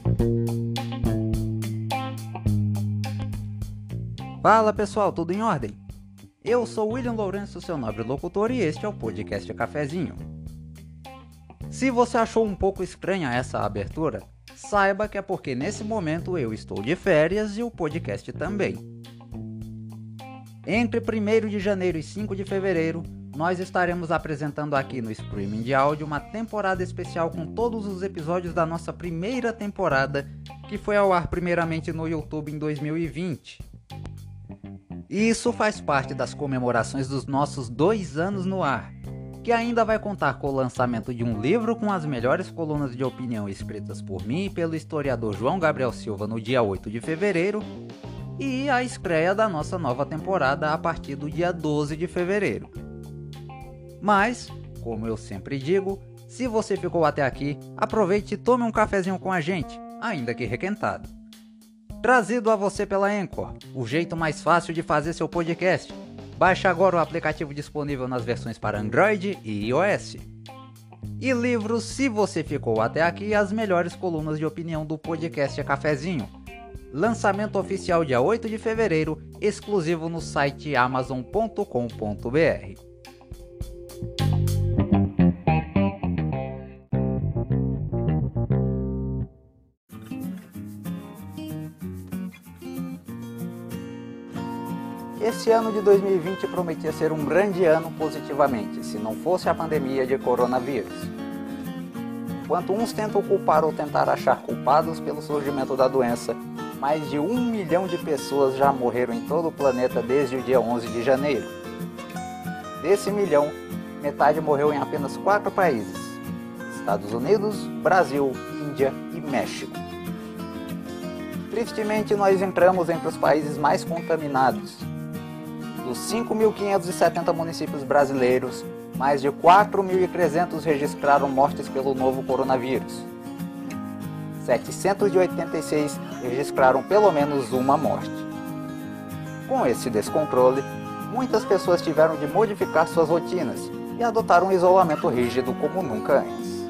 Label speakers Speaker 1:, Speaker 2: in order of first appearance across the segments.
Speaker 1: Fala pessoal, tudo em ordem? Eu sou William Lourenço, seu nobre locutor, e este é o podcast Cafezinho. Se você achou um pouco estranha essa abertura, saiba que é porque nesse momento eu estou de férias e o podcast também. Entre 1º de janeiro e 5 de fevereiro, nós estaremos apresentando aqui no streaming de áudio uma temporada especial com todos os episódios da nossa primeira temporada, que foi ao ar primeiramente no YouTube em 2020. Isso faz parte das comemorações dos nossos 2 anos no ar, que ainda vai contar com o lançamento de um livro com as melhores colunas de opinião escritas por mim e pelo historiador João Gabriel Silva no dia 8 de fevereiro, e a estreia da nossa nova temporada a partir do dia 12 de fevereiro. Mas, como eu sempre digo, se você ficou até aqui, aproveite e tome um cafezinho com a gente, ainda que requentado. Trazido a você pela Anchor, o jeito mais fácil de fazer seu podcast. Baixe agora o aplicativo disponível nas versões para Android e iOS. E livros, se você ficou até aqui, as melhores colunas de opinião do podcast Cafezinho. Lançamento oficial dia 8 de fevereiro, exclusivo no site amazon.com.br. Esse ano de 2020 prometia ser um grande ano positivamente, se não fosse a pandemia de coronavírus. Enquanto uns tentam culpar ou tentar achar culpados pelo surgimento da doença, mais de 1 milhão de pessoas já morreram em todo o planeta desde o dia 11 de janeiro. Desse milhão, metade morreu em apenas 4 países: Estados Unidos, Brasil, Índia e México. Tristemente, nós entramos entre os países mais contaminados. Dos 5.570 municípios brasileiros, mais de 4.300 registraram mortes pelo novo coronavírus. 786 registraram pelo menos uma morte. Com esse descontrole, muitas pessoas tiveram de modificar suas rotinas e adotar um isolamento rígido como nunca antes.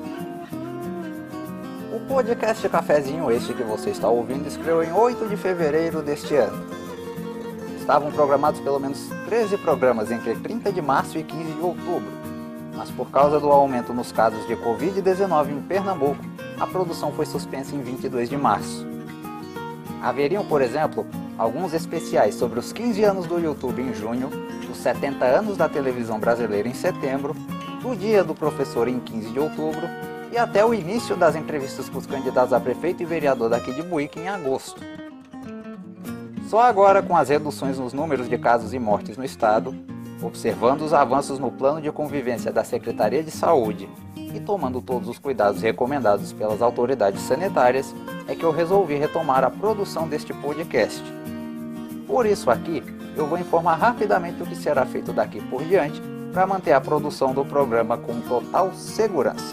Speaker 1: O podcast Cafezinho, este que você está ouvindo, estreou em 8 de fevereiro deste ano. Estavam programados pelo menos 13 programas entre 30 de março e 15 de outubro, mas por causa do aumento nos casos de Covid-19 em Pernambuco, a produção foi suspensa em 22 de março. Haveriam, por exemplo, alguns especiais sobre os 15 anos do YouTube em junho, os 70 anos da televisão brasileira em setembro, o Dia do Professor em 15 de outubro e até o início das entrevistas com os candidatos a prefeito e vereador daqui de Buíque em agosto. Só agora, com as reduções nos números de casos e mortes no estado, observando os avanços no plano de convivência da Secretaria de Saúde e tomando todos os cuidados recomendados pelas autoridades sanitárias, é que eu resolvi retomar a produção deste podcast. Por isso aqui, eu vou informar rapidamente o que será feito daqui por diante para manter a produção do programa com total segurança.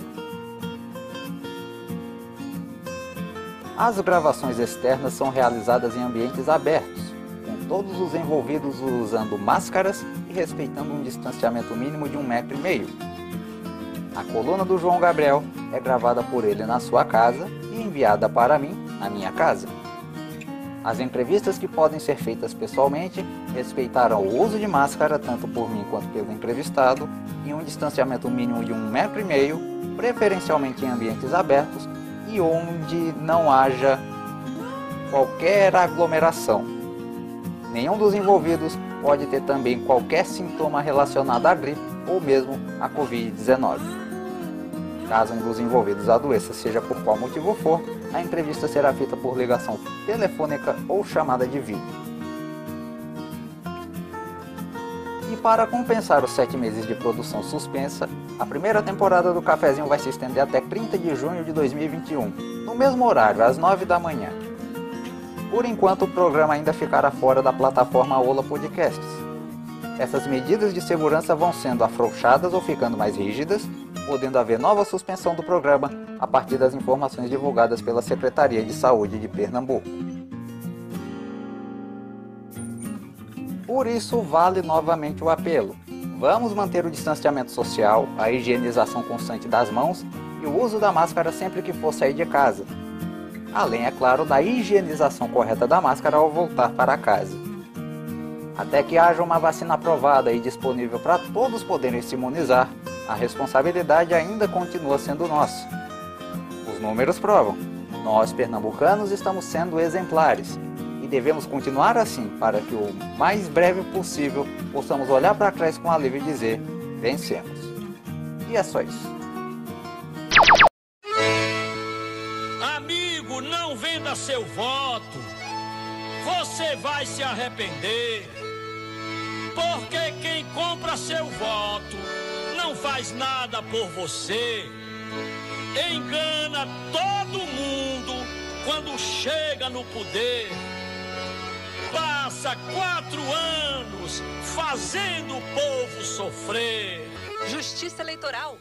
Speaker 1: As gravações externas são realizadas em ambientes abertos, com todos os envolvidos usando máscaras e respeitando um distanciamento mínimo de 1,5 m. A coluna do João Gabriel é gravada por ele na sua casa e enviada para mim na minha casa. As entrevistas que podem ser feitas pessoalmente respeitarão o uso de máscara tanto por mim quanto pelo entrevistado em um distanciamento mínimo de 1,5 m, preferencialmente em ambientes abertos e onde não haja qualquer aglomeração. Nenhum dos envolvidos pode ter também qualquer sintoma relacionado à gripe ou mesmo à Covid-19. Caso um dos envolvidos adoeça, seja por qual motivo for, a entrevista será feita por ligação telefônica ou chamada de vídeo. E para compensar os 7 meses de produção suspensa, a primeira temporada do Cafezinho vai se estender até 30 de junho de 2021, no mesmo horário, às 9 da manhã. Por enquanto, o programa ainda ficará fora da plataforma Ola Podcasts. Essas medidas de segurança vão sendo afrouxadas ou ficando mais rígidas, podendo haver nova suspensão do programa a partir das informações divulgadas pela Secretaria de Saúde de Pernambuco. Por isso, vale novamente o apelo. Vamos manter o distanciamento social, a higienização constante das mãos e o uso da máscara sempre que for sair de casa. além, é claro, da higienização correta da máscara ao voltar para casa. Até que haja uma vacina aprovada e disponível para todos poderem se imunizar, a responsabilidade ainda continua sendo nossa. Os números provam, nós pernambucanos estamos sendo exemplares e devemos continuar assim para que o mais breve possível possamos olhar para trás com alívio e dizer: vencemos. E é só isso.
Speaker 2: Amigo, não venda seu voto. Você vai se arrepender. Porque quem compra seu voto não faz nada por você. Engana todo mundo quando chega no poder. Passa 4 anos fazendo o povo sofrer.
Speaker 3: Justiça Eleitoral.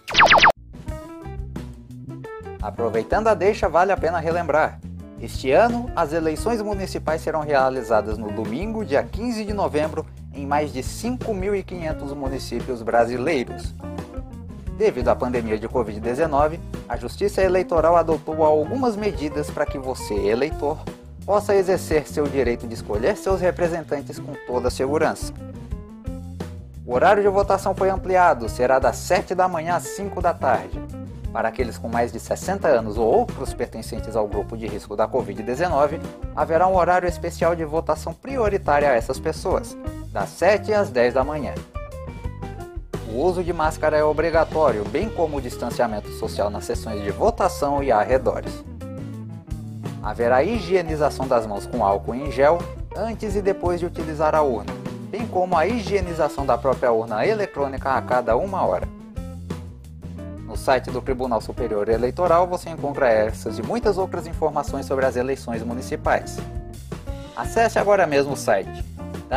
Speaker 1: Aproveitando a deixa, vale a pena relembrar. Este ano, as eleições municipais serão realizadas no domingo, dia 15 de novembro, em mais de 5.500 municípios brasileiros. Devido à pandemia de Covid-19, a Justiça Eleitoral adotou algumas medidas para que você, eleitor, possa exercer seu direito de escolher seus representantes com toda a segurança. O horário de votação foi ampliado, será das 7 da manhã às 5 da tarde. Para aqueles com mais de 60 anos ou outros pertencentes ao grupo de risco da Covid-19, haverá um horário especial de votação prioritária a essas pessoas, das 7 às 10 da manhã. O uso de máscara é obrigatório, bem como o distanciamento social nas sessões de votação e arredores. Haverá higienização das mãos com álcool em gel antes e depois de utilizar a urna, bem como a higienização da própria urna eletrônica a cada 1 hora. No site do Tribunal Superior Eleitoral você encontra essas e muitas outras informações sobre as eleições municipais. Acesse agora mesmo o site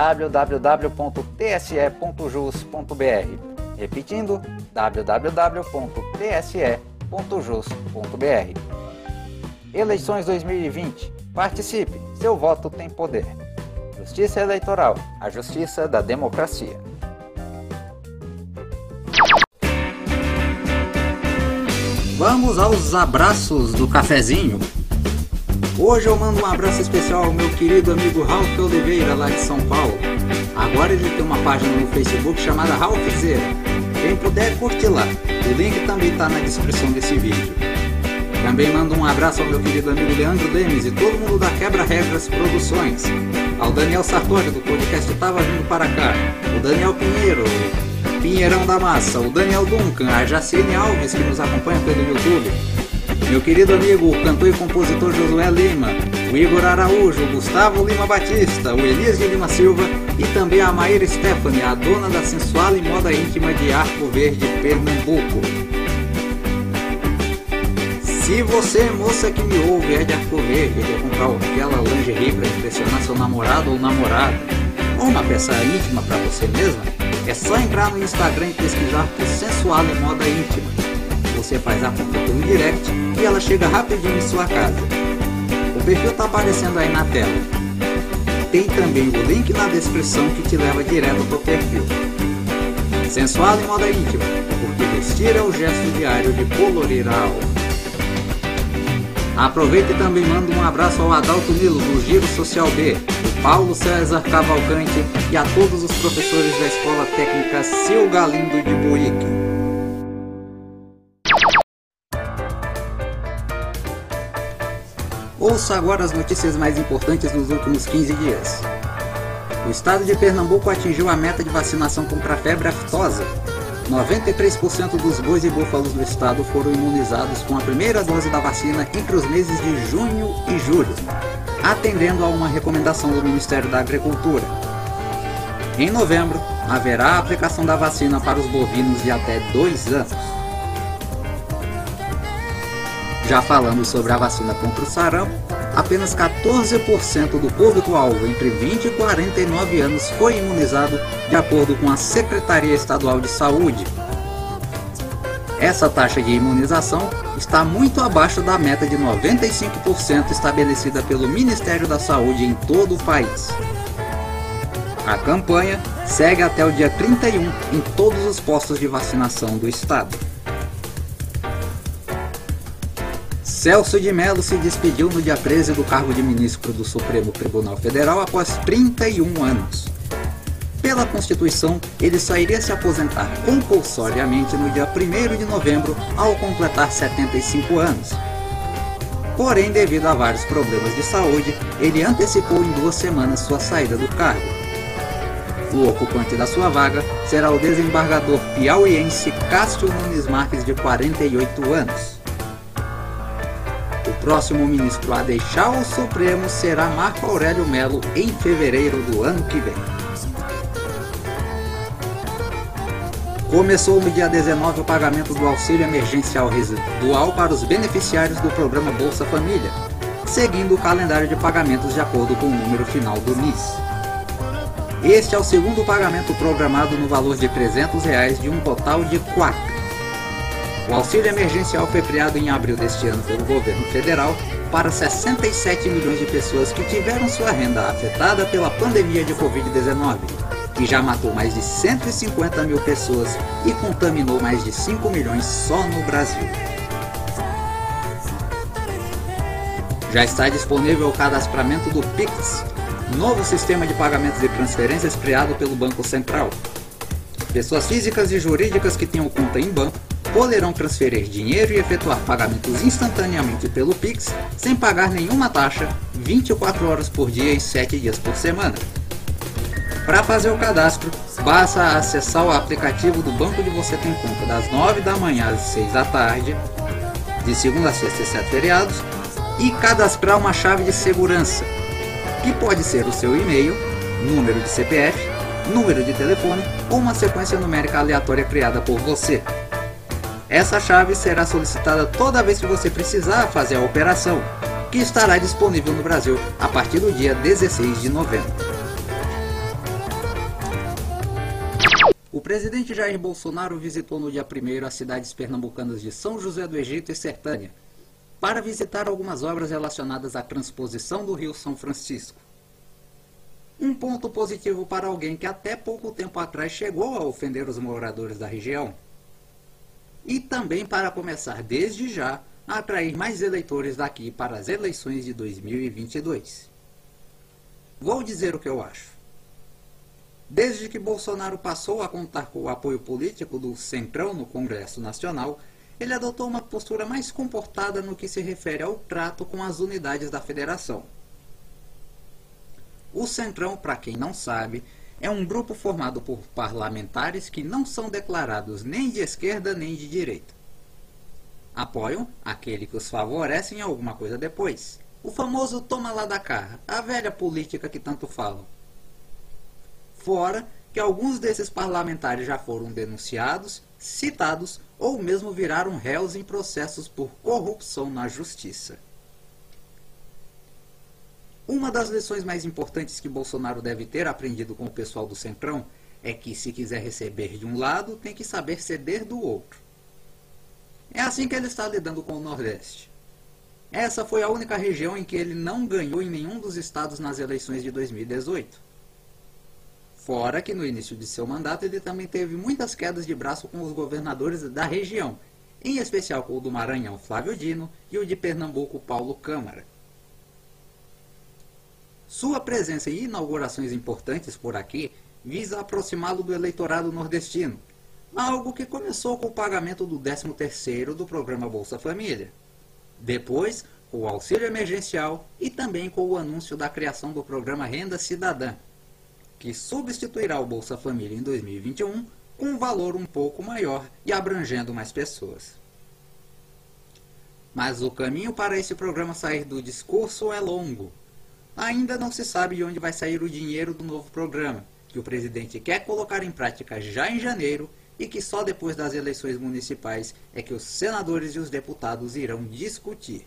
Speaker 1: www.tse.jus.br. Repetindo, www.tse.jus.br. Eleições 2020. Participe, seu voto tem poder. Justiça Eleitoral, a justiça da democracia. Vamos aos abraços do cafezinho. Hoje eu mando um abraço especial ao meu querido amigo Ralf Oliveira, lá de São Paulo. Agora ele tem uma página no Facebook chamada Ralfzeira. Quem puder, curte lá. O link também está na descrição desse vídeo. Também mando um abraço ao meu querido amigo Leandro Demes e todo mundo da Quebra Regras Produções. Ao Daniel Sartori, do podcast Tava Vindo Para Cá. O Daniel Pinheiro, Pinheirão da Massa. O Daniel Duncan, a Jacine Alves, que nos acompanha pelo YouTube. Meu querido amigo, o cantor e compositor Josué Lima, o Igor Araújo, o Gustavo Lima Batista, o Elias de Lima Silva e também a Maíra Stephanie, a dona da sensual e moda íntima de Arco Verde, Pernambuco. Se você, moça que me ouve, é de Arco Verde, quer comprar aquela lingerie para impressionar seu namorado ou namorada, ou uma peça íntima para você mesma, é só entrar no Instagram e pesquisar por sensual e moda íntima. Você faz a compra pelo direct e ela chega rapidinho em sua casa. O perfil está aparecendo aí na tela. Tem também o link na descrição que te leva direto para o perfil. Sensual e moda íntima, porque vestir é o gesto diário de colorir a alma. Aproveita e também manda um abraço ao Adalto Nilo do Giro Social B, o Paulo César Cavalcante e a todos os professores da Escola Técnica Seu Galindo de Buíque. Ouça agora as notícias mais importantes dos últimos 15 dias. O estado de Pernambuco atingiu a meta de vacinação contra a febre aftosa. 93% dos bois e búfalos do estado foram imunizados com a primeira dose da vacina entre os meses de junho e julho, atendendo a uma recomendação do Ministério da Agricultura. Em novembro, haverá a aplicação da vacina para os bovinos de até 2 anos. Já falamos sobre a vacina contra o sarampo, apenas 14% do público-alvo entre 20 e 49 anos foi imunizado, de acordo com a Secretaria Estadual de Saúde. Essa taxa de imunização está muito abaixo da meta de 95% estabelecida pelo Ministério da Saúde em todo o país. A campanha segue até o dia 31 em todos os postos de vacinação do estado. Celso de Mello se despediu no dia 13 do cargo de ministro do Supremo Tribunal Federal após 31 anos. Pela Constituição, ele só iria se aposentar compulsoriamente no dia 1º de novembro, ao completar 75 anos. Porém, devido a vários problemas de saúde, ele antecipou em 2 semanas sua saída do cargo. O ocupante da sua vaga será o desembargador piauiense Cássio Nunes Marques, de 48 anos. O próximo ministro a deixar o Supremo será Marco Aurélio Mello em fevereiro do ano que vem. Começou no dia 19 o pagamento do auxílio emergencial residual para os beneficiários do programa Bolsa Família, seguindo o calendário de pagamentos de acordo com o número final do NIS. Este é o segundo pagamento programado no valor de R$ 300 de um total de 4. O auxílio emergencial foi criado em abril deste ano pelo governo federal para 67 milhões de pessoas que tiveram sua renda afetada pela pandemia de Covid-19, que já matou mais de 150 mil pessoas e contaminou mais de 5 milhões só no Brasil. Já está disponível o cadastramento do Pix, novo sistema de pagamentos e transferências criado pelo Banco Central. Pessoas físicas e jurídicas que tenham conta em banco poderão transferir dinheiro e efetuar pagamentos instantaneamente pelo Pix, sem pagar nenhuma taxa, 24 horas por dia e 7 dias por semana. Para fazer o cadastro, basta acessar o aplicativo do banco onde você tem conta das 9 da manhã às 6 da tarde, de segunda a sexta, exceto feriados, e cadastrar uma chave de segurança, que pode ser o seu e-mail, número de CPF, número de telefone ou uma sequência numérica aleatória criada por você. Essa chave será solicitada toda vez que você precisar fazer a operação, que estará disponível no Brasil a partir do dia 16 de novembro. O presidente Jair Bolsonaro visitou no dia 1º as cidades pernambucanas de São José do Egito e Sertânia, para visitar algumas obras relacionadas à transposição do Rio São Francisco. Um ponto positivo para alguém que até pouco tempo atrás chegou a ofender os moradores da região. E também para começar desde já a atrair mais eleitores daqui para as eleições de 2022. Vou dizer o que eu acho. Desde que Bolsonaro passou a contar com o apoio político do Centrão no Congresso Nacional, ele adotou uma postura mais comportada no que se refere ao trato com as unidades da federação. O Centrão, para quem não sabe, é um grupo formado por parlamentares que não são declarados nem de esquerda nem de direita. Apoiam aquele que os favorece em alguma coisa depois. O famoso toma lá da cá, a velha política que tanto falam. Fora que alguns desses parlamentares já foram denunciados, citados ou mesmo viraram réus em processos por corrupção na justiça. Uma das lições mais importantes que Bolsonaro deve ter aprendido com o pessoal do Centrão é que, se quiser receber de um lado, tem que saber ceder do outro. É assim que ele está lidando com o Nordeste. Essa foi a única região em que ele não ganhou em nenhum dos estados nas eleições de 2018. Fora que no início de seu mandato ele também teve muitas quedas de braço com os governadores da região, em especial com o do Maranhão, Flávio Dino, e o de Pernambuco, Paulo Câmara. Sua presença e inaugurações importantes por aqui visa aproximá-lo do eleitorado nordestino, algo que começou com o pagamento do 13º do programa Bolsa Família, depois com o auxílio emergencial e também com o anúncio da criação do programa Renda Cidadã, que substituirá o Bolsa Família em 2021 com um valor um pouco maior e abrangendo mais pessoas. Mas o caminho para esse programa sair do discurso é longo. Ainda não se sabe de onde vai sair o dinheiro do novo programa, que o presidente quer colocar em prática já em janeiro e que só depois das eleições municipais é que os senadores e os deputados irão discutir.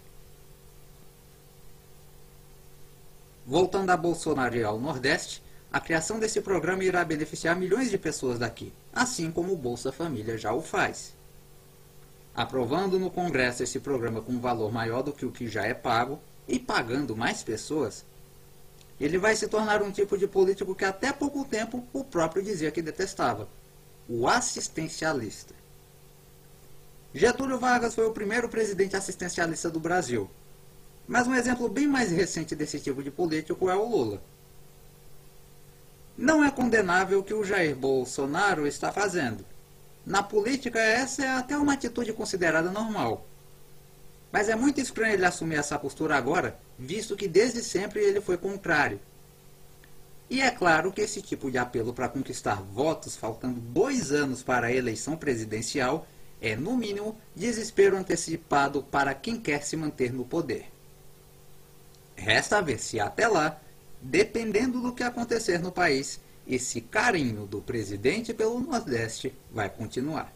Speaker 1: Voltando a Bolsonaro e ao Nordeste, a criação desse programa irá beneficiar milhões de pessoas daqui, assim como o Bolsa Família já o faz. Aprovando no Congresso esse programa com um valor maior do que o que já é pago e pagando mais pessoas, ele vai se tornar um tipo de político que até pouco tempo o próprio dizia que detestava, o assistencialista. Getúlio Vargas foi o primeiro presidente assistencialista do Brasil. Mas um exemplo bem mais recente desse tipo de político é o Lula. Não é condenável o que o Jair Bolsonaro está fazendo. Na política, essa é até uma atitude considerada normal. Mas é muito estranho ele assumir essa postura agora, visto que desde sempre ele foi contrário. E é claro que esse tipo de apelo para conquistar votos faltando 2 anos para a eleição presidencial é, no mínimo, desespero antecipado para quem quer se manter no poder. Resta ver se até lá, dependendo do que acontecer no país, esse carinho do presidente pelo Nordeste vai continuar.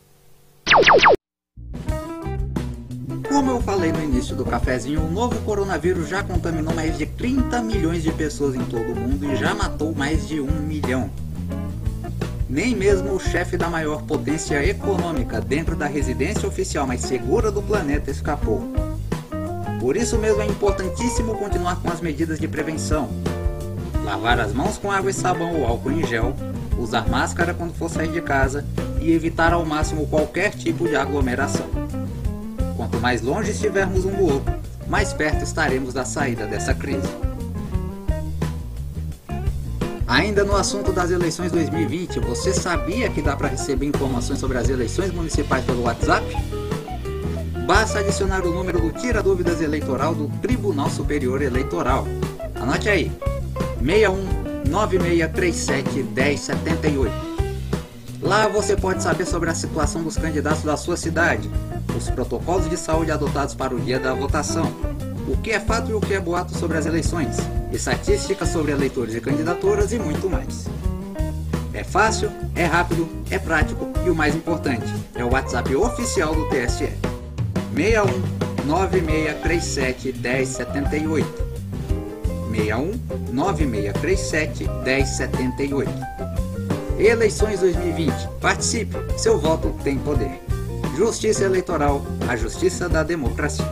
Speaker 1: Como eu falei no início do cafezinho, o novo coronavírus já contaminou mais de 30 milhões de pessoas em todo o mundo e já matou mais de 1 milhão. Nem mesmo o chefe da maior potência econômica dentro da residência oficial mais segura do planeta escapou. Por isso mesmo é importantíssimo continuar com as medidas de prevenção. Lavar as mãos com água e sabão ou álcool em gel, usar máscara quando for sair de casa e evitar ao máximo qualquer tipo de aglomeração. Quanto mais longe estivermos um do outro, mais perto estaremos da saída dessa crise. Ainda no assunto das eleições 2020, você sabia que dá para receber informações sobre as eleições municipais pelo WhatsApp? Basta adicionar o número do Tira Dúvidas Eleitoral do Tribunal Superior Eleitoral. Anote aí, 61 9637 1078. Lá você pode saber sobre a situação dos candidatos da sua cidade, os protocolos de saúde adotados para o dia da votação, o que é fato e o que é boato sobre as eleições, estatísticas sobre eleitores e candidaturas e muito mais. É fácil, é rápido, é prático e o mais importante, é o WhatsApp oficial do TSE. 61 9637 1078. 61 9637 1078. Eleições 2020. Participe, seu voto tem poder. Justiça Eleitoral, a justiça da democracia.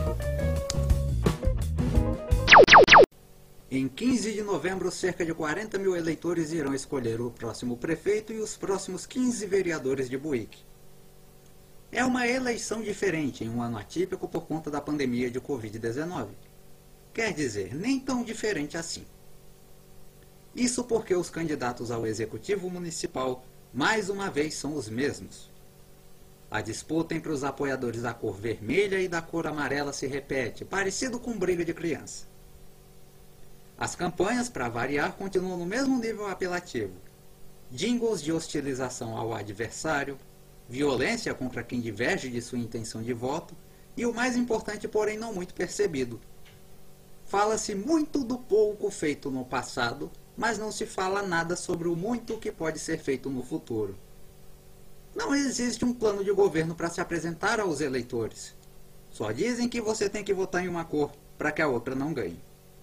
Speaker 1: Em 15 de novembro, cerca de 40 mil eleitores irão escolher o próximo prefeito e os próximos 15 vereadores de Buíque. É uma eleição diferente em um ano atípico por conta da pandemia de Covid-19. Quer dizer, nem tão diferente assim. Isso porque os candidatos ao Executivo Municipal, mais uma vez, são os mesmos. A disputa entre os apoiadores da cor vermelha e da cor amarela se repete, parecido com briga de criança. As campanhas, para variar, continuam no mesmo nível apelativo. Jingles de hostilização ao adversário, violência contra quem diverge de sua intenção de voto e o mais importante, porém não muito percebido. Fala-se muito do pouco feito no passado, mas não se fala nada sobre o muito que pode ser feito no futuro. Não existe um plano de governo para se apresentar aos eleitores. Só dizem que você tem que votar em uma cor para que a outra não ganhe.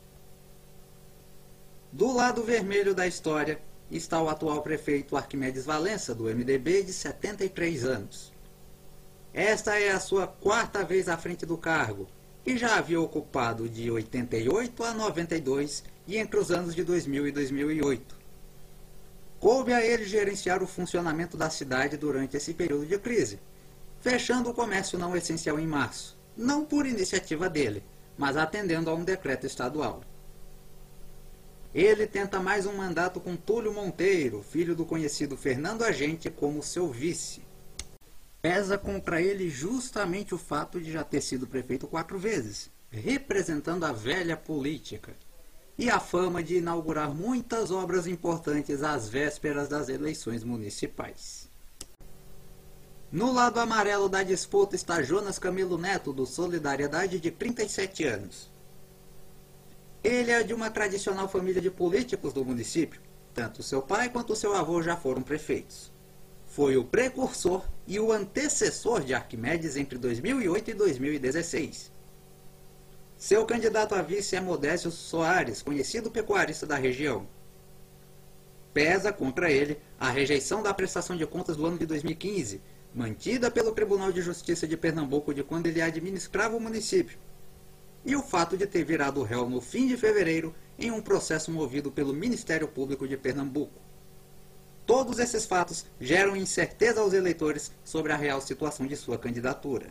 Speaker 1: Do lado vermelho da história está o atual prefeito Arquimedes Valença, do MDB, de 73 anos. Esta é a sua 4ª vez à frente do cargo, e já havia ocupado de 88 a 92 e entre os anos de 2000 e 2008. Coube a ele gerenciar o funcionamento da cidade durante esse período de crise, fechando o comércio não essencial em março, não por iniciativa dele, mas atendendo a um decreto estadual. Ele tenta mais um mandato com Túlio Monteiro, filho do conhecido Fernando Agente, como seu vice. Pesa contra ele justamente o fato de já ter sido prefeito 4 vezes, representando a velha política, e a fama de inaugurar muitas obras importantes às vésperas das eleições municipais. No lado amarelo da disputa está Jonas Camilo Neto, do Solidariedade, de 37 anos. Ele é de uma tradicional família de políticos do município. Tanto seu pai quanto seu avô já foram prefeitos. Foi o precursor e o antecessor de Arquimedes entre 2008 e 2016. Seu candidato a vice é Modésio Soares, conhecido pecuarista da região. Pesa contra ele a rejeição da prestação de contas do ano de 2015, mantida pelo Tribunal de Justiça de Pernambuco de quando ele administrava o município, e o fato de ter virado réu no fim de fevereiro em um processo movido pelo Ministério Público de Pernambuco. Todos esses fatos geram incerteza aos eleitores sobre a real situação de sua candidatura.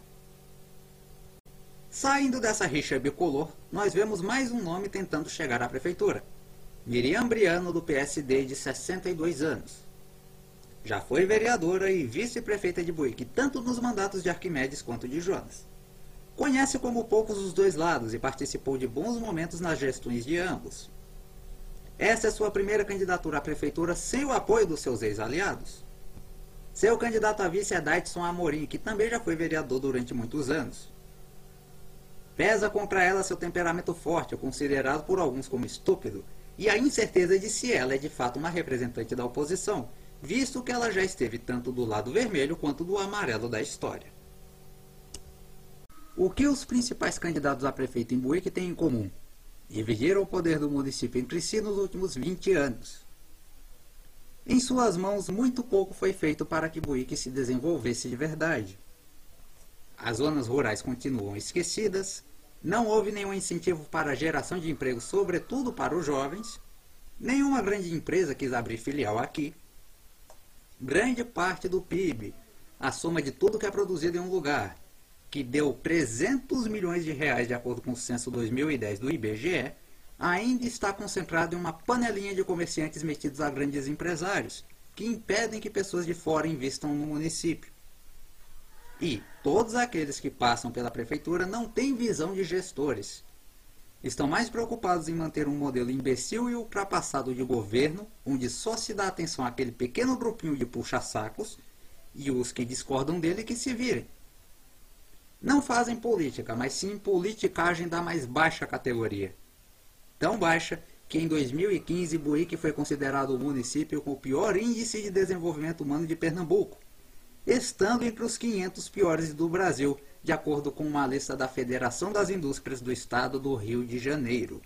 Speaker 1: Saindo dessa rixa bicolor, nós vemos mais um nome tentando chegar à prefeitura. Miriam Briano, do PSD, de 62 anos. Já foi vereadora e vice-prefeita de Buíque, tanto nos mandatos de Arquimedes quanto de Jonas. Conhece como poucos os dois lados e participou de bons momentos nas gestões de ambos. Essa é sua primeira candidatura à prefeitura sem o apoio dos seus ex-aliados. Seu candidato a vice é Daidson Amorim, que também já foi vereador durante muitos anos. Pesa contra ela seu temperamento forte, considerado por alguns como estúpido, e a incerteza de se ela é de fato uma representante da oposição, visto que ela já esteve tanto do lado vermelho quanto do amarelo da história. O que os principais candidatos a prefeito em Buíque têm em comum? Dividiram o poder do município entre si nos últimos 20 anos. Em suas mãos, muito pouco foi feito para que Buíque se desenvolvesse de verdade. As zonas rurais continuam esquecidas, não houve nenhum incentivo para a geração de emprego, sobretudo para os jovens, nenhuma grande empresa quis abrir filial aqui. Grande parte do PIB, a soma de tudo que é produzido em um lugar, que deu 300 milhões de reais de acordo com o censo 2010 do IBGE, ainda está concentrado em uma panelinha de comerciantes metidos a grandes empresários, que impedem que pessoas de fora investam no município. E todos aqueles que passam pela prefeitura não têm visão de gestores. Estão mais preocupados em manter um modelo imbecil e ultrapassado de governo, onde só se dá atenção àquele pequeno grupinho de puxa-sacos e os que discordam dele que se virem. Não fazem política, mas sim politicagem da mais baixa categoria. Tão baixa que em 2015 Buíque foi considerado o município com o pior índice de desenvolvimento humano de Pernambuco, estando entre os 500 piores do Brasil, de acordo com uma lista da Federação das Indústrias do Estado do Rio de Janeiro.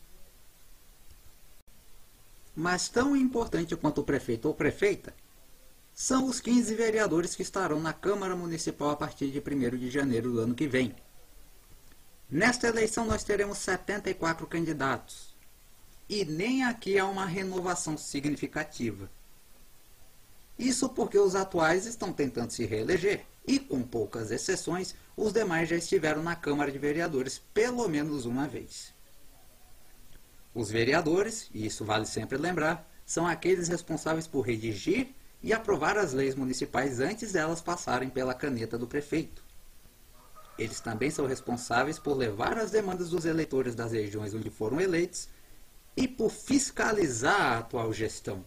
Speaker 1: Mas tão importante quanto o prefeito ou prefeita, são os 15 vereadores que estarão na Câmara Municipal a partir de 1º de janeiro do ano que vem. Nesta eleição nós teremos 74 candidatos, e nem aqui há uma renovação significativa. Isso porque os atuais estão tentando se reeleger, e com poucas exceções, os demais já estiveram na Câmara de Vereadores pelo menos uma vez. Os vereadores, e isso vale sempre lembrar, são aqueles responsáveis por redigir e aprovar as leis municipais antes delas passarem pela caneta do prefeito. Eles também são responsáveis por levar as demandas dos eleitores das regiões onde foram eleitos e por fiscalizar a atual gestão.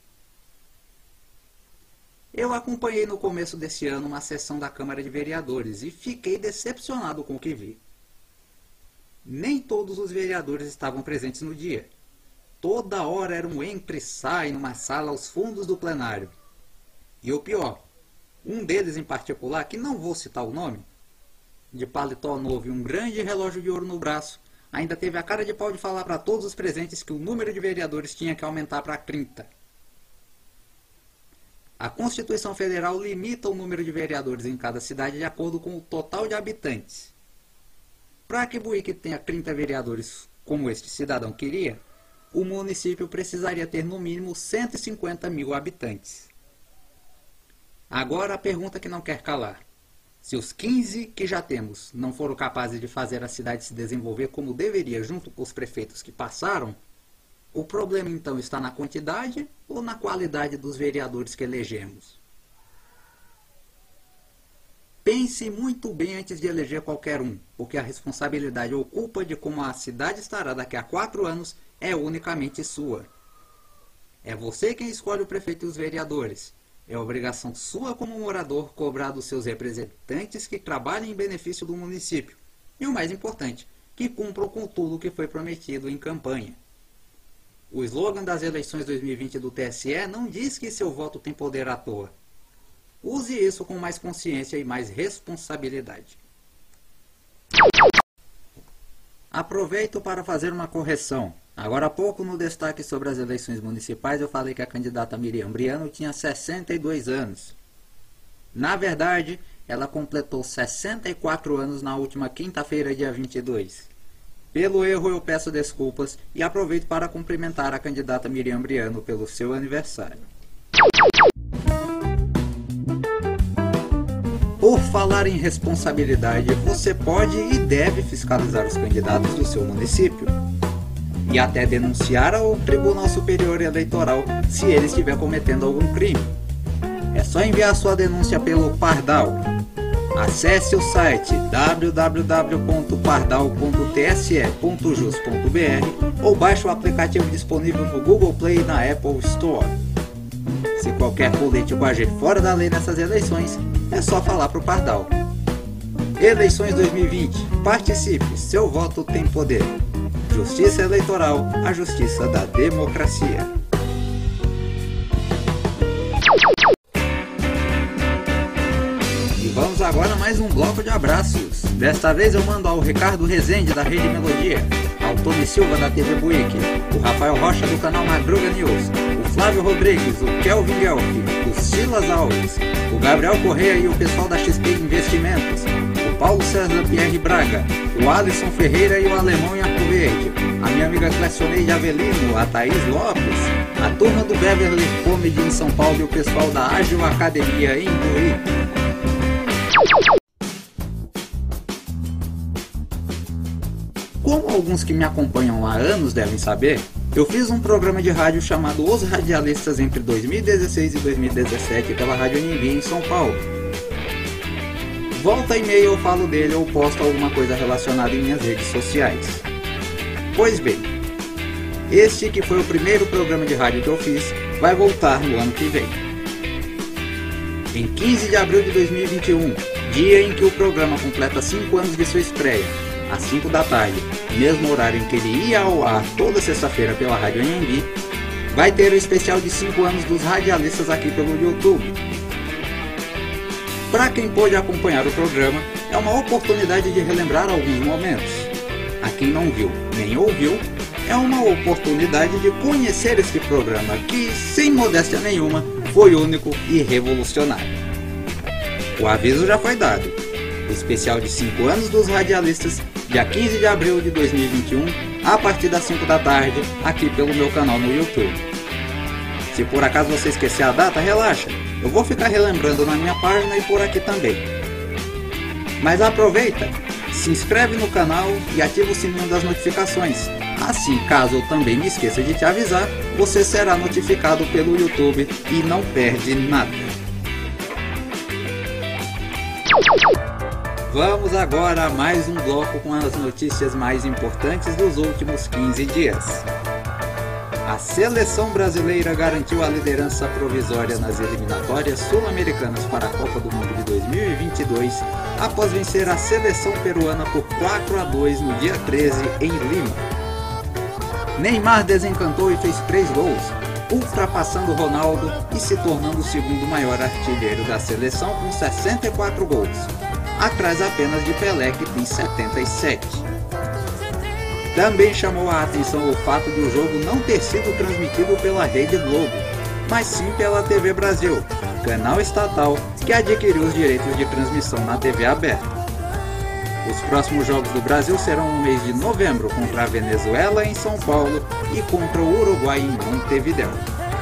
Speaker 1: Eu acompanhei no começo desse ano uma sessão da Câmara de Vereadores e fiquei decepcionado com o que vi. Nem todos os vereadores estavam presentes no dia. Toda hora era um entra e sai numa sala aos fundos do plenário. E o pior, um deles em particular, que não vou citar o nome, de paletó novo e um grande relógio de ouro no braço, ainda teve a cara de pau de falar para todos os presentes que o número de vereadores tinha que aumentar para 30. A Constituição Federal limita o número de vereadores em cada cidade de acordo com o total de habitantes. Para que Buíque tenha 30 vereadores, como este cidadão queria, o município precisaria ter no mínimo 150 mil habitantes. Agora a pergunta que não quer calar. Se os 15 que já temos não foram capazes de fazer a cidade se desenvolver como deveria junto com os prefeitos que passaram, o problema então está na quantidade ou na qualidade dos vereadores que elegemos? Pense muito bem antes de eleger qualquer um, porque a responsabilidade ou culpa de como a cidade estará daqui a 4 anos é unicamente sua. É você quem escolhe o prefeito e os vereadores. É obrigação sua como morador cobrar dos seus representantes que trabalhem em benefício do município. E o mais importante, que cumpram com tudo o que foi prometido em campanha. O slogan das eleições 2020 do TSE não diz que seu voto tem poder à toa. Use isso com mais consciência e mais responsabilidade. Aproveito para fazer uma correção. Agora há pouco, no destaque sobre as eleições municipais, eu falei que a candidata Miriam Briano tinha 62 anos. Na verdade, ela completou 64 anos na última quinta-feira, dia 22. Pelo erro, eu peço desculpas e aproveito para cumprimentar a candidata Miriam Briano pelo seu aniversário. Por falar em responsabilidade, você pode e deve fiscalizar os candidatos do seu município e até denunciar ao Tribunal Superior Eleitoral se ele estiver cometendo algum crime. É só enviar sua denúncia pelo Pardal. Acesse o site www.pardal.tse.jus.br ou baixe o aplicativo disponível no Google Play e na Apple Store. Se qualquer político agir fora da lei nessas eleições, é só falar pro Pardal. Eleições 2020. Participe, seu voto tem poder. Justiça Eleitoral, a justiça da democracia. E vamos agora a mais um bloco de abraços. Desta vez eu mando ao Ricardo Rezende da Rede Melodia, ao Tony Silva da TV Buick, o Rafael Rocha do canal Madruga News, o Flávio Rodrigues, o Kelvin Guelph, o Silas Alves, o Gabriel Correia e o pessoal da XP Investimentos, o Paulo César Pierre Braga, o Alisson Ferreira e o Alemão em Arco Verde, a minha amiga Clecioneide Avelino, a Thaís Lopes, a turma do Beverly Comedy em São Paulo e o pessoal da Ágil Academia em Buick. Como alguns que me acompanham há anos devem saber, eu fiz um programa de rádio chamado Os Radialistas entre 2016 e 2017 pela Rádio Anhembi em São Paulo. Volta e meia eu falo dele ou posto alguma coisa relacionada em minhas redes sociais. Pois bem, este que foi o primeiro programa de rádio que eu fiz, vai voltar no ano que vem. Em 15 de abril de 2021, dia em que o programa completa 5 anos de sua estreia, às 5 da tarde, mesmo horário em que ele ia ao ar toda sexta-feira pela Rádio Anhembi, vai ter o especial de 5 anos dos radialistas aqui pelo YouTube. Para quem pôde acompanhar o programa, é uma oportunidade de relembrar alguns momentos. A quem não viu nem ouviu, é uma oportunidade de conhecer este programa que, sem modéstia nenhuma, foi único e revolucionário. O aviso já foi dado. O especial de 5 anos dos radialistas, dia 15 de abril de 2021, a partir das 5 da tarde, aqui pelo meu canal no YouTube. Se por acaso você esquecer a data, relaxa, eu vou ficar relembrando na minha página e por aqui também. Mas aproveita, se inscreve no canal e ativa o sininho das notificações. Assim, caso eu também me esqueça de te avisar, você será notificado pelo YouTube e não perde nada. Vamos agora a mais um bloco com as notícias mais importantes dos últimos 15 dias. A seleção brasileira garantiu a liderança provisória nas eliminatórias sul-americanas para a Copa do Mundo de 2022, após vencer a seleção peruana por 4-2 no dia 13 em Lima. Neymar desencantou e fez 3 gols, ultrapassando Ronaldo e se tornando o segundo maior artilheiro da seleção com 64 gols, atrás apenas de Pelé, que tem 77. Também chamou a atenção o fato de o jogo não ter sido transmitido pela Rede Globo, mas sim pela TV Brasil, canal estatal que adquiriu os direitos de transmissão na TV aberta. Os próximos jogos do Brasil serão no mês de novembro contra a Venezuela em São Paulo e contra o Uruguai em Montevidéu.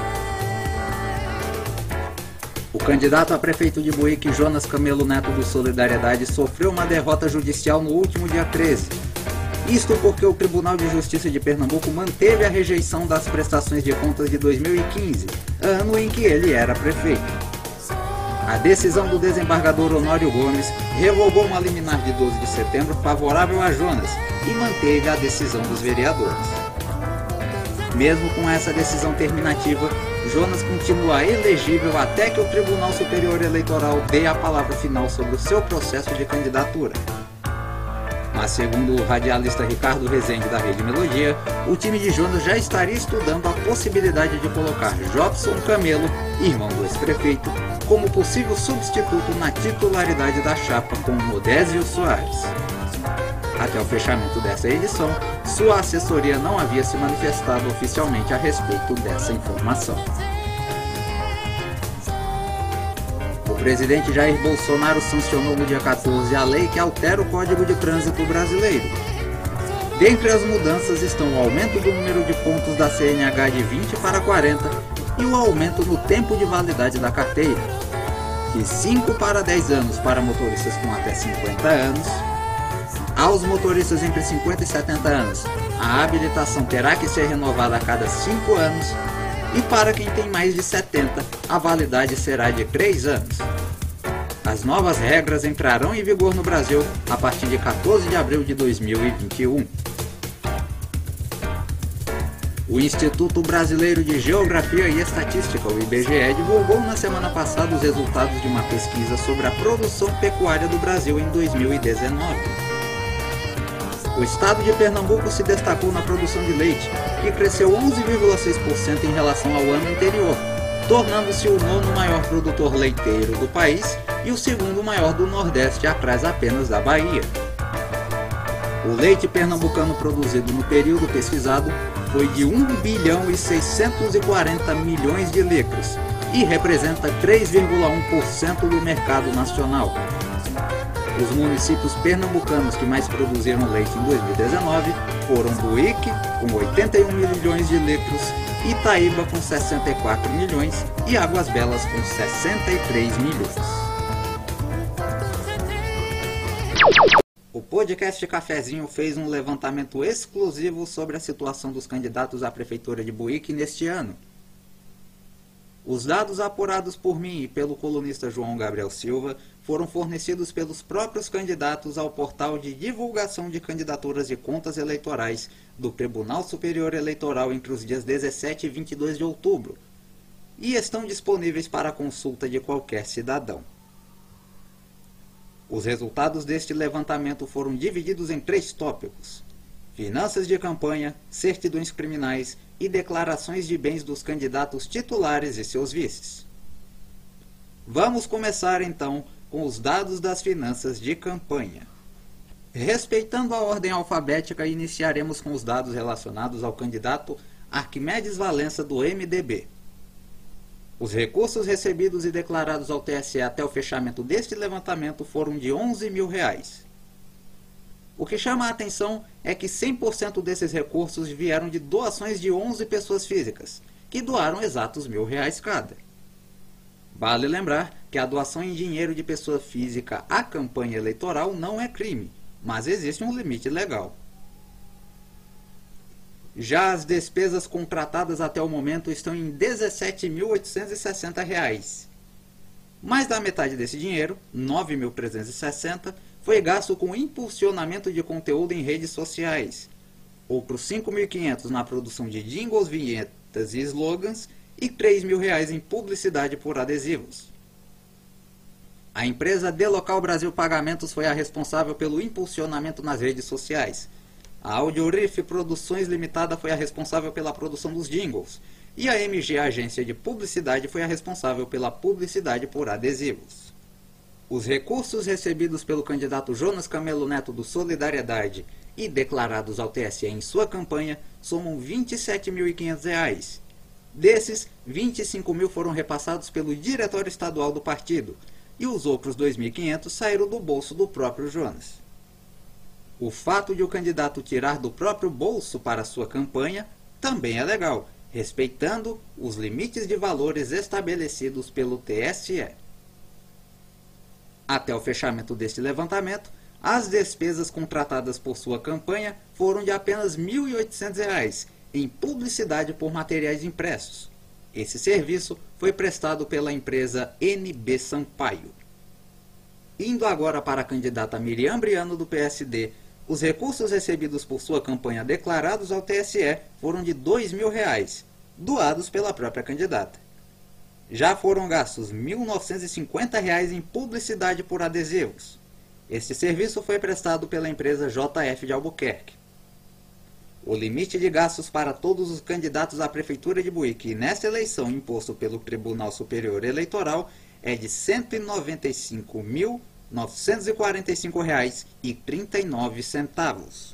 Speaker 1: O candidato a prefeito de Buíque, Jonas Camelo Neto do Solidariedade, sofreu uma derrota judicial no último dia 13. Isto porque o Tribunal de Justiça de Pernambuco manteve a rejeição das prestações de contas de 2015, ano em que ele era prefeito. A decisão do desembargador Honório Gomes revogou uma liminar de 12 de setembro favorável a Jonas e manteve a decisão dos vereadores. Mesmo com essa decisão terminativa, Jonas continua elegível até que o Tribunal Superior Eleitoral dê a palavra final sobre o seu processo de candidatura. Mas segundo o radialista Ricardo Rezende da Rede Melodia, o time de Jonas já estaria estudando a possibilidade de colocar Jobson Camelo, irmão do ex-prefeito, como possível substituto na titularidade da chapa com Modésio Soares. Até o fechamento dessa edição, sua assessoria não havia se manifestado oficialmente a respeito dessa informação. O presidente Jair Bolsonaro sancionou no dia 14 a lei que altera o Código de Trânsito brasileiro. Dentre as mudanças estão o aumento do número de pontos da CNH de 20 para 40 e o aumento no tempo de validade da carteira, de 5 para 10 anos para motoristas com até 50 anos. Aos motoristas entre 50 e 70 anos, a habilitação terá que ser renovada a cada 5 anos, e para quem tem mais de 70, a validade será de 3 anos. As novas regras entrarão em vigor no Brasil a partir de 14 de abril de 2021. O Instituto Brasileiro de Geografia e Estatística, o IBGE, divulgou na semana passada os resultados de uma pesquisa sobre a produção pecuária do Brasil em 2019. O estado de Pernambuco se destacou na produção de leite, que cresceu 11,6% em relação ao ano anterior, tornando-se o 9º maior produtor leiteiro do país e o 2º maior do Nordeste, atrás apenas da Bahia. O leite pernambucano produzido no período pesquisado foi de 1 bilhão e 640 milhões de litros e representa 3,1% do mercado nacional. Os municípios pernambucanos que mais produziram leite em 2019 foram Buíque, com 81 milhões de litros, Itaíba, com 64 milhões e Águas Belas, com 63 milhões. O podcast Cafezinho fez um levantamento exclusivo sobre a situação dos candidatos à Prefeitura de Buíque neste ano. Os dados apurados por mim e pelo colunista João Gabriel Silva foram fornecidos pelos próprios candidatos ao portal de divulgação de candidaturas e contas eleitorais do Tribunal Superior Eleitoral entre os dias 17 e 22 de outubro e estão disponíveis para consulta de qualquer cidadão. Os resultados deste levantamento foram divididos em 3 tópicos: finanças de campanha, certidões criminais e declarações de bens dos candidatos titulares e seus vices. Vamos começar então com os dados das finanças de campanha. Respeitando a ordem alfabética, iniciaremos com os dados relacionados ao candidato Arquimedes Valença, do MDB. Os recursos recebidos e declarados ao TSE até o fechamento deste levantamento foram de R$11 mil. O que chama a atenção é que 100% desses recursos vieram de doações de 11 pessoas físicas, que doaram exatos R$1.000 cada. Vale lembrar que a doação em dinheiro de pessoa física à campanha eleitoral não é crime, mas existe um limite legal. Já as despesas contratadas até o momento estão em R$ 17.860. Mais da metade desse dinheiro, R$ 9.360, foi gasto com impulsionamento de conteúdo em redes sociais. Outros R$ 5.500 na produção de jingles, vinhetas e slogans e R$ 3.000 em publicidade por adesivos. A empresa Delocal Brasil Pagamentos foi a responsável pelo impulsionamento nas redes sociais. A Audiorif Produções Limitada foi a responsável pela produção dos jingles, e a MG Agência de Publicidade foi a responsável pela publicidade por adesivos. Os recursos recebidos pelo candidato Jonas Camelo Neto do Solidariedade e declarados ao TSE em sua campanha somam R$ 27.500. Desses, R$ 25.000 foram repassados pelo Diretório Estadual do partido, e os outros R$ 2.500 saíram do bolso do próprio Jonas. O fato de o candidato tirar do próprio bolso para sua campanha também é legal, respeitando os limites de valores estabelecidos pelo TSE. Até o fechamento deste levantamento, as despesas contratadas por sua campanha foram de apenas R$ 1.800 em publicidade por materiais impressos. Esse serviço foi prestado pela empresa NB Sampaio. Indo agora para a candidata Miriam Briano, do PSD, os recursos recebidos por sua campanha declarados ao TSE foram de R$ 2.000, doados pela própria candidata. Já foram gastos R$ 1.950 em publicidade por adesivos. Este serviço foi prestado pela empresa JF de Albuquerque. O limite de gastos para todos os candidatos à Prefeitura de Buíque nesta eleição imposto pelo Tribunal Superior Eleitoral é de R$ 195.945,39.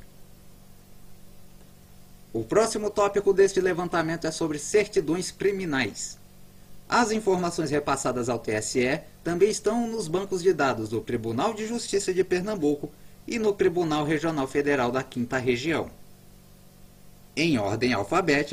Speaker 1: O próximo tópico deste levantamento é sobre certidões criminais. As informações repassadas ao TSE também estão nos bancos de dados do Tribunal de Justiça de Pernambuco e no Tribunal Regional Federal da 5ª Região. Em ordem alfabética,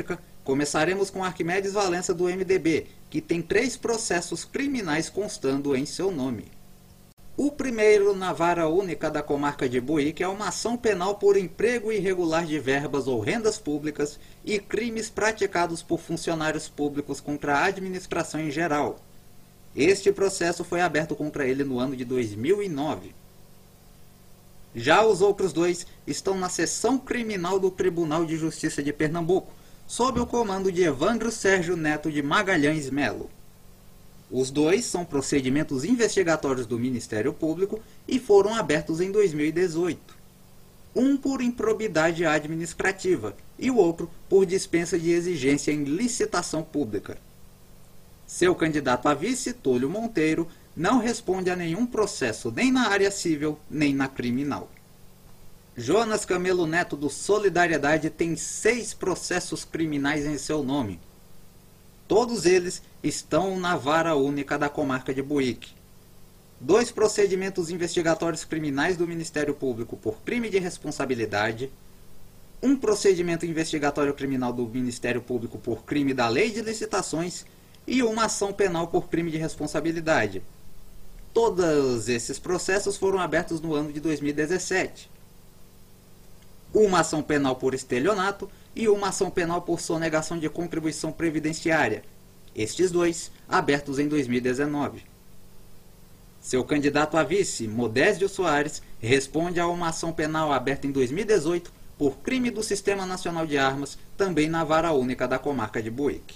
Speaker 1: Começaremos com Arquimedes Valença do MDB, que tem 3 processos criminais constando em seu nome. O primeiro, na vara única da comarca de Buíque, é uma ação penal por emprego irregular de verbas ou rendas públicas e crimes praticados por funcionários públicos contra a administração em geral. Este processo foi aberto contra ele no ano de 2009. Já os outros 2 estão na seção criminal do Tribunal de Justiça de Pernambuco, sob o comando de Evandro Sérgio Neto de Magalhães Melo. Os 2 são procedimentos investigatórios do Ministério Público e foram abertos em 2018. Um por improbidade administrativa e o outro por dispensa de exigência em licitação pública. Seu candidato a vice, Túlio Monteiro, não responde a nenhum processo nem na área civil nem na criminal. Jonas Camelo Neto do Solidariedade tem 6 processos criminais em seu nome. Todos eles estão na vara única da comarca de Buíque. 2 procedimentos investigatórios criminais do Ministério Público por crime de responsabilidade, um procedimento investigatório criminal do Ministério Público por crime da Lei de Licitações e uma ação penal por crime de responsabilidade. Todos esses processos foram abertos no ano de 2017. Uma ação penal por estelionato e uma ação penal por sonegação de contribuição previdenciária, estes 2 abertos em 2019. Seu candidato a vice, Modésio Soares, responde a uma ação penal aberta em 2018 por crime do Sistema Nacional de Armas, também na vara única da comarca de Buíque.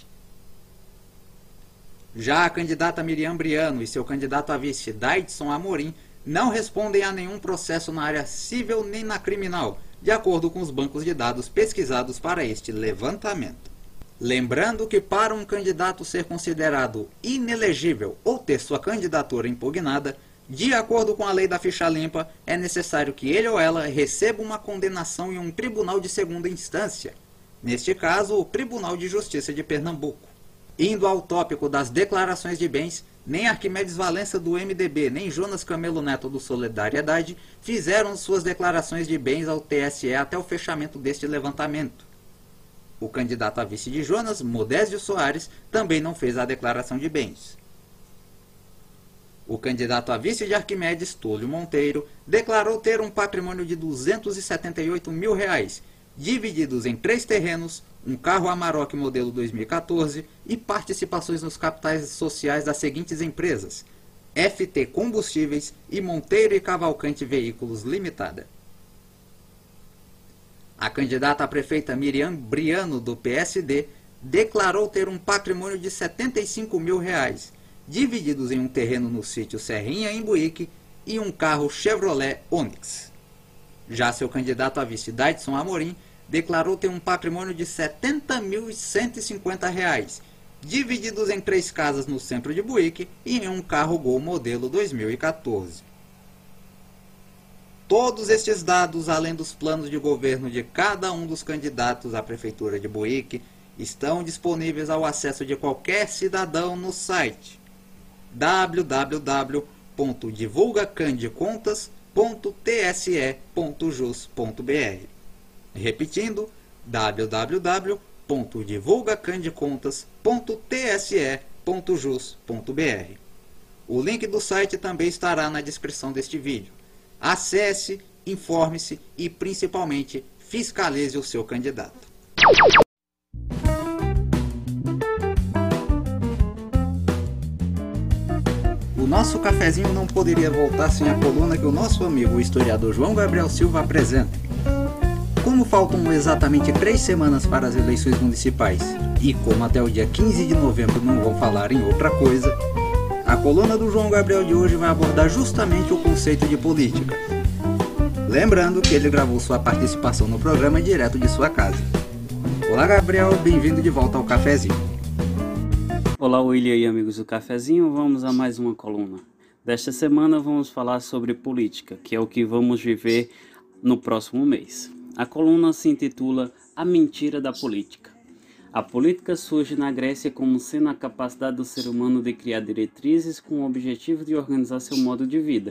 Speaker 1: Já a candidata Miriam Briano e seu candidato a vice, Daidson Amorim, não respondem a nenhum processo na área civil nem na criminal, de acordo com os bancos de dados pesquisados para este levantamento. Lembrando que para um candidato ser considerado inelegível ou ter sua candidatura impugnada, de acordo com a lei da ficha limpa, é necessário que ele ou ela receba uma condenação em um tribunal de segunda instância, neste caso o Tribunal de Justiça de Pernambuco. Indo ao tópico das declarações de bens, nem Arquimedes Valença do MDB, nem Jonas Camelo Neto do Solidariedade fizeram suas declarações de bens ao TSE até o fechamento deste levantamento. O candidato a vice de Jonas, Modésio Soares, também não fez a declaração de bens. O candidato a vice de Arquimedes, Túlio Monteiro, declarou ter um patrimônio de R$ 278 mil, divididos em 3 terrenos, um carro Amarok modelo 2014 e participações nos capitais sociais das seguintes empresas: FT Combustíveis e Monteiro e Cavalcante Veículos Limitada. A candidata a prefeita Miriam Briano, do PSD, declarou ter um patrimônio de R$ 75 mil, divididos em um terreno no sítio Serrinha, em Buíque, e um carro Chevrolet Onix. Já seu candidato a vice, Daidson Amorim, declarou ter um patrimônio de R$ 70.150, divididos em 3 casas no centro de Buíque e em um carro Gol modelo 2014. Todos estes dados, além dos planos de governo de cada um dos candidatos à Prefeitura de Buíque, estão disponíveis ao acesso de qualquer cidadão no site www.divulgacandecontas.tse.jus.br. Repetindo, www.divulgacandecontas.tse.jus.br. O link do site também estará na descrição deste vídeo. Acesse, informe-se e, principalmente, fiscalize o seu candidato. O nosso cafezinho não poderia voltar sem a coluna que o nosso amigo, o historiador João Gabriel Silva, apresenta. Como faltam exatamente 3 semanas para as eleições municipais e como até o dia 15 de novembro não vão falar em outra coisa, a coluna do João Gabriel de hoje vai abordar justamente o conceito de política. Lembrando que ele gravou sua participação no programa direto de sua casa. Olá, Gabriel, bem-vindo de volta ao cafezinho.
Speaker 4: Olá, William e amigos do cafezinho, vamos a mais uma coluna. Desta semana vamos falar sobre política, que é o que vamos viver no próximo mês. A coluna se intitula A Mentira da Política. A política surge na Grécia como sendo a capacidade do ser humano de criar diretrizes com o objetivo de organizar seu modo de vida.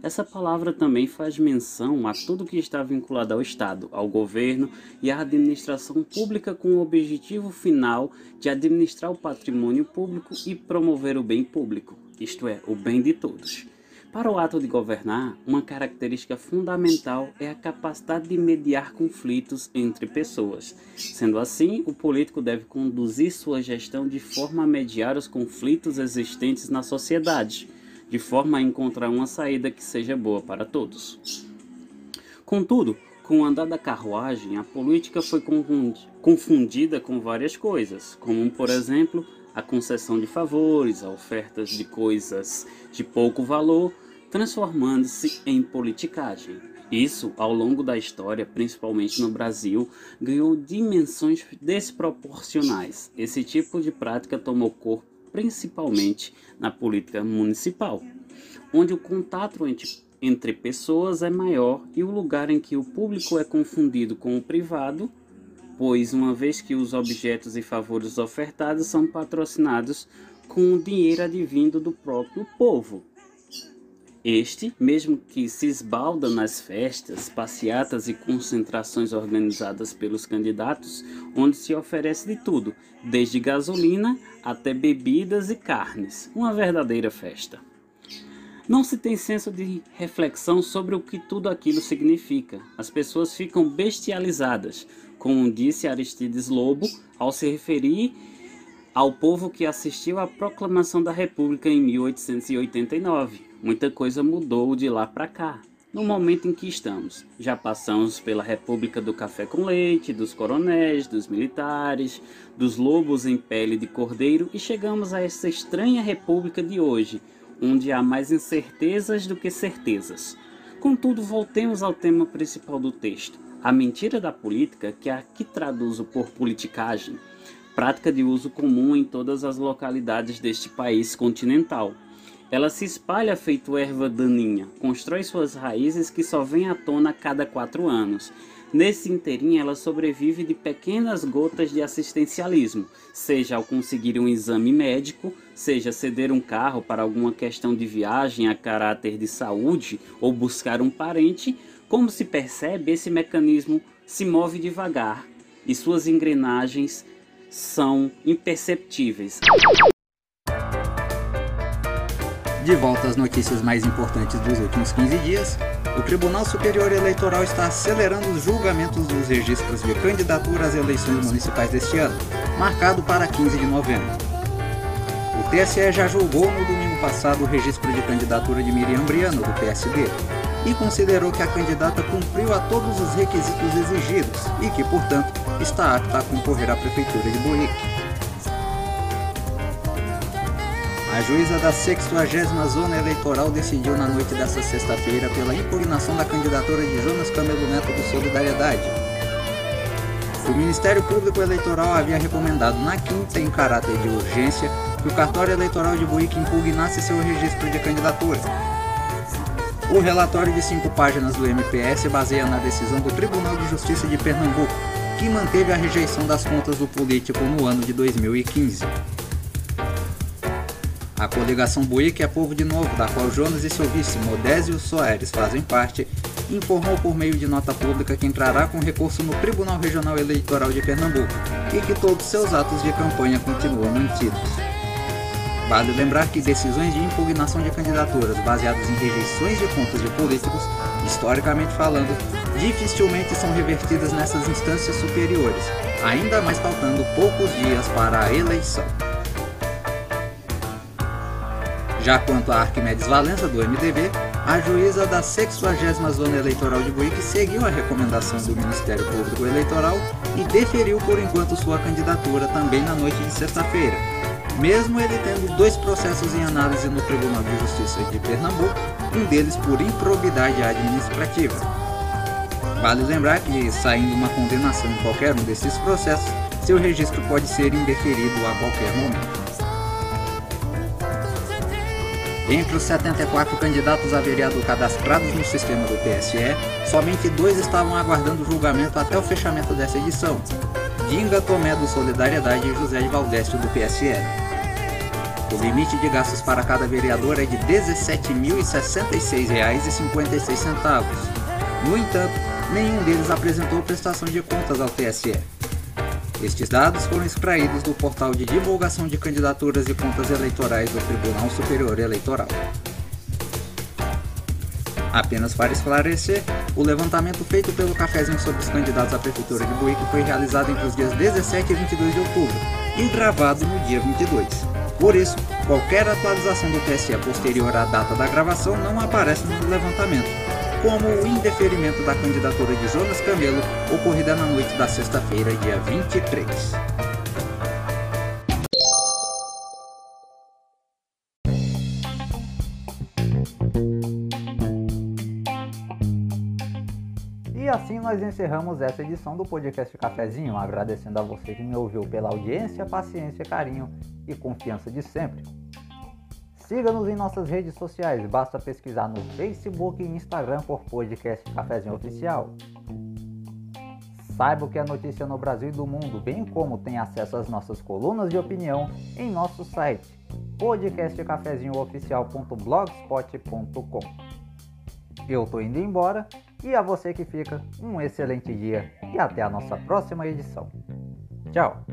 Speaker 4: Essa palavra também faz menção a tudo que está vinculado ao Estado, ao governo e à administração pública com o objetivo final de administrar o patrimônio público e promover o bem público, isto é, o bem de todos. Para o ato de governar, uma característica fundamental é a capacidade de mediar conflitos entre pessoas. Sendo assim, o político deve conduzir sua gestão de forma a mediar os conflitos existentes na sociedade, de forma a encontrar uma saída que seja boa para todos. Contudo, com o andar da carruagem, a política foi confundida com várias coisas, como, por exemplo, a concessão de favores, a ofertas de coisas de pouco valor, transformando-se em politicagem. Isso, ao longo da história, principalmente no Brasil, ganhou dimensões desproporcionais. Esse tipo de prática tomou corpo principalmente na política municipal, onde o contato entre pessoas é maior e o lugar em que o público é confundido com o privado, pois uma vez que os objetos e favores ofertados são patrocinados com o dinheiro advindo do próprio povo. Este, mesmo que se esbalda nas festas, passeatas e concentrações organizadas pelos candidatos, onde se oferece de tudo, desde gasolina até bebidas e carnes, uma verdadeira festa. Não se tem senso de reflexão sobre o que tudo aquilo significa. As pessoas ficam bestializadas, como disse Aristides Lobo, ao se referir ao povo que assistiu à proclamação da República em 1889. Muita coisa mudou de lá para cá, no momento em que estamos. Já passamos pela República do Café com Leite, dos coronéis, dos militares, dos lobos em pele de cordeiro e chegamos a essa estranha república de hoje, onde há mais incertezas do que certezas. Contudo, voltemos ao tema principal do texto, a mentira da política, que aqui traduzo por politicagem, prática de uso comum em todas as localidades deste país continental. Ela se espalha feito erva daninha, constrói suas raízes que só vêm à tona a cada 4 anos. Nesse inteirinho ela sobrevive de pequenas gotas de assistencialismo, seja ao conseguir um exame médico, seja ceder um carro para alguma questão de viagem a caráter de saúde ou buscar um parente. Como se percebe, esse mecanismo se move devagar e suas engrenagens são imperceptíveis.
Speaker 1: De volta às notícias mais importantes dos últimos 15 dias, o Tribunal Superior Eleitoral está acelerando os julgamentos dos registros de candidatura às eleições municipais deste ano, marcado para 15 de novembro. O TSE já julgou no domingo passado o registro de candidatura de Miriam Briano, do PSD, e considerou que a candidata cumpriu a todos os requisitos exigidos e que, portanto, está apta a concorrer à Prefeitura de Buíque. A juíza da 60ª Zona Eleitoral decidiu na noite desta sexta-feira pela impugnação da candidatura de Jonas Camelo Neto do Solidariedade. O Ministério Público Eleitoral havia recomendado na quinta, em caráter de urgência, que o cartório eleitoral de Buíque impugnasse seu registro de candidatura. O relatório de 5 páginas do MPS baseia na decisão do Tribunal de Justiça de Pernambuco, que manteve a rejeição das contas do político no ano de 2015. A coligação Buíque é Povo de Novo, da qual Jonas e seu vice, Modésio Soares, fazem parte, informou por meio de nota pública que entrará com recurso no Tribunal Regional Eleitoral de Pernambuco e que todos seus atos de campanha continuam mantidos. Vale lembrar que decisões de impugnação de candidaturas baseadas em rejeições de contas de políticos, historicamente falando, dificilmente são revertidas nessas instâncias superiores, ainda mais faltando poucos dias para a eleição. Já quanto a Arquimedes Valença, do MDB, a juíza da 60ª Zona Eleitoral de Buíque seguiu a recomendação do Ministério Público Eleitoral e deferiu por enquanto sua candidatura também na noite de sexta-feira, mesmo ele tendo 2 processos em análise no Tribunal de Justiça de Pernambuco, um deles por improbidade administrativa. Vale lembrar que, saindo uma condenação em qualquer um desses processos, seu registro pode ser indeferido a qualquer momento. Entre os 74 candidatos a vereador cadastrados no sistema do TSE, somente 2 estavam aguardando julgamento até o fechamento dessa edição: Dinga Tomé, do Solidariedade, e José de Valdécio, do PSL. O limite de gastos para cada vereador é de R$ 17.066,56. No entanto, nenhum deles apresentou prestação de contas ao TSE. Estes dados foram extraídos do portal de divulgação de candidaturas e contas eleitorais do Tribunal Superior Eleitoral. Apenas para esclarecer, o levantamento feito pelo Cafezinho sobre os candidatos à Prefeitura de Buíque foi realizado entre os dias 17 e 22 de outubro e gravado no dia 22. Por isso, qualquer atualização do TSE posterior à data da gravação não aparece no levantamento, como o indeferimento da candidatura de Jonas Camelo, ocorrida na noite da sexta-feira, dia 23. E assim nós encerramos essa edição do podcast Cafezinho, agradecendo a você que me ouviu pela audiência, paciência, carinho e confiança de sempre. Siga-nos em nossas redes sociais, basta pesquisar no Facebook e Instagram por podcast Cafezinho Oficial. Saiba o que é notícia no Brasil e do mundo, bem como tem acesso às nossas colunas de opinião em nosso site podcastcafezinhooficial.blogspot.com. Eu tô indo embora e a você que fica, um excelente dia e até a nossa próxima edição. Tchau!